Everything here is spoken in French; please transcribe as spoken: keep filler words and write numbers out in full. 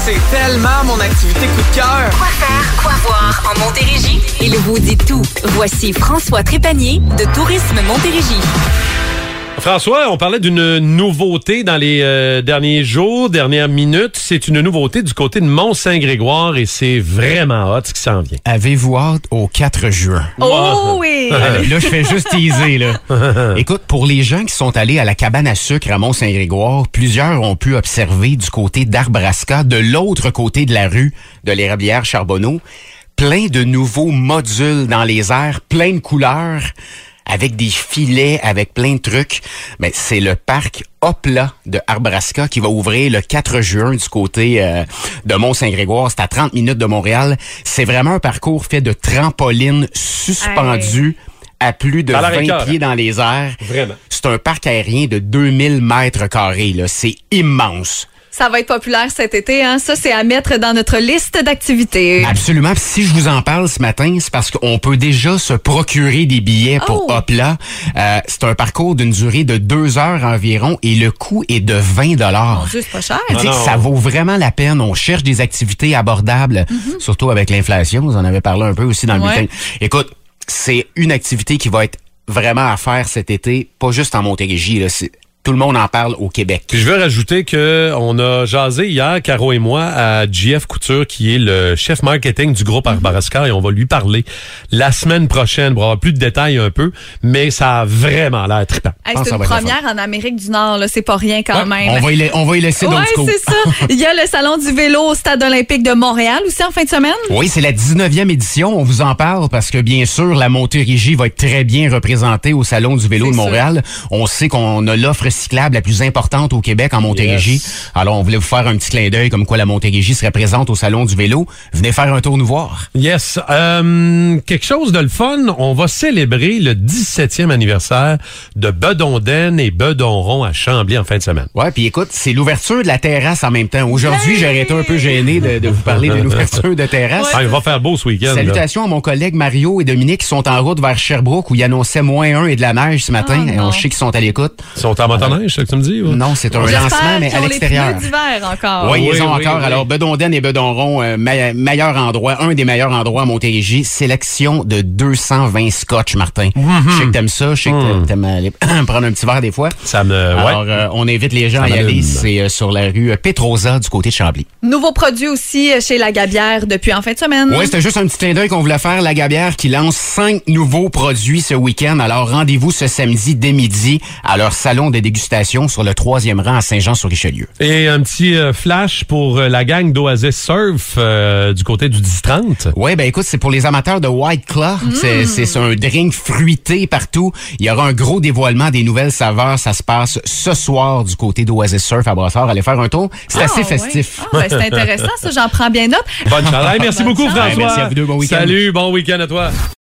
c'est tellement mon activité coup de cœur. Quoi faire, quoi voir en Montérégie? Il vous dit tout. Voici François Trépanier de Tourisme Montérégie. François, on parlait d'une nouveauté dans les euh, derniers jours, dernières minutes. C'est une nouveauté du côté de Mont-Saint-Grégoire et c'est vraiment hot ce qui s'en vient. Avez-vous hâte au quatre juin? Oh oui! Euh, là, je fais juste teaser, là. Écoute, pour les gens qui sont allés à la cabane à sucre à Mont-Saint-Grégoire, plusieurs ont pu observer du côté d'Arbrasca, de l'autre côté de la rue de l'Érablière Charbonneau, plein de nouveaux modules dans les airs, plein de couleurs, avec des filets, avec plein de trucs. Mais c'est le parc Hopla de Arbrasca qui va ouvrir le quatre juin du côté euh, de Mont-Saint-Grégoire. C'est à trente minutes de Montréal. C'est vraiment un parcours fait de trampolines suspendues hey. à plus de vingt pieds dans les airs. Vraiment. C'est un parc aérien de deux mille mètres carrés, là. C'est immense. Ça va être populaire cet été, hein? Ça, c'est à mettre dans notre liste d'activités. Absolument. Puis si je vous en parle ce matin, c'est parce qu'on peut déjà se procurer des billets pour oh. Hopla. Euh, c'est un parcours d'une durée de deux heures environ et le coût est de vingt dollars. Mon Dieu, c'est pas cher. Tu sais, ça vaut vraiment la peine. On cherche des activités abordables, mm-hmm. surtout avec l'inflation. Vous en avez parlé un peu aussi dans le ouais. bulletin. Écoute, c'est une activité qui va être vraiment à faire cet été, pas juste en Montérégie, là. C'est tout le monde en parle au Québec. Puis je veux rajouter que on a jasé hier, Caro et moi, à J F Couture, qui est le chef marketing du groupe Arbrasca, et on va lui parler la semaine prochaine pour avoir plus de détails un peu, mais ça a vraiment l'air trippant. Hey, c'est une première en Amérique du Nord, là, c'est pas rien quand ouais, même. On va y, on va y laisser ouais, d'autres coups. c'est ça. Il y a le Salon du vélo au Stade olympique de Montréal aussi en fin de semaine. Oui, c'est la dix-neuvième édition. On vous en parle parce que, bien sûr, la Montérégie va être très bien représentée au Salon du vélo c'est de Montréal. Sûr. On sait qu'on a l'offre cyclable la plus importante importante au Québec en Montérégie. Yes. Alors, on voulait vous faire un petit clin d'œil comme quoi la Montérégie serait présente au Salon du vélo. Venez faire un tour nous voir. Yes. Euh, quelque chose de le fun, on va célébrer le dix-septième anniversaire de Bedonden et Bedonron à Chambly en fin de semaine. Ouais, puis écoute, c'est l'ouverture de la terrasse en même temps. Aujourd'hui, hey! J'aurais été un peu gêné de, de vous parler de l'ouverture de terrasse. Ouais. Ah, il va faire beau ce week-end. Salutations là. à mon collègue Mario et Dominique qui sont en route vers Sherbrooke où il annonçait moins un et de la neige ce matin. Oh, et on sait qu'ils sont à l'écoute. Ils sont en motoneige, c'est ça que tu me dis? Ouais? Non, c'est un J'espère lancement, mais à l'extérieur. Les pneus d'hiver encore. Oui, oui ils ont oui, encore. Oui. Alors, Bedonden et Bedonron, euh, me- meilleur endroit, un des meilleurs endroits à Montérégie. Sélection de deux cent vingt scotch, Martin. Mm-hmm. Je sais que t'aimes ça. Je sais mm. que t'aimes aller prendre un petit verre des fois. Ça me... Alors, ouais. euh, on invite les gens ça à y aller. Allume. C'est euh, sur la rue Petrosa du côté de Chambly. Nouveau produit aussi chez La Gabière depuis en fin de semaine. Oui, c'était juste un petit clin d'œil qu'on voulait faire. La Gabière qui lance cinq nouveaux produits ce week-end. Alors, rendez-vous ce samedi dès midi à leur salon de dégustation sur le troisième rang à Saint-Jean-sur-Richelieu. Et un petit euh, flash pour euh, la gang d'Oasis Surf euh, du côté du dix trente. Oui, ben écoute, c'est pour les amateurs de White Claw. Mm. C'est, c'est un drink fruité partout. Il y aura un gros dévoilement des nouvelles saveurs. Ça se passe ce soir du côté d'Oasis Surf à Brossard. Allez faire un tour. C'est ah, assez festif. Ouais. Ah, ben, c'est intéressant, ça. J'en prends bien note. Bonne chance. Merci beaucoup, François. Ouais, merci à vous deux. Bon week-end. Salut, bon week-end à toi.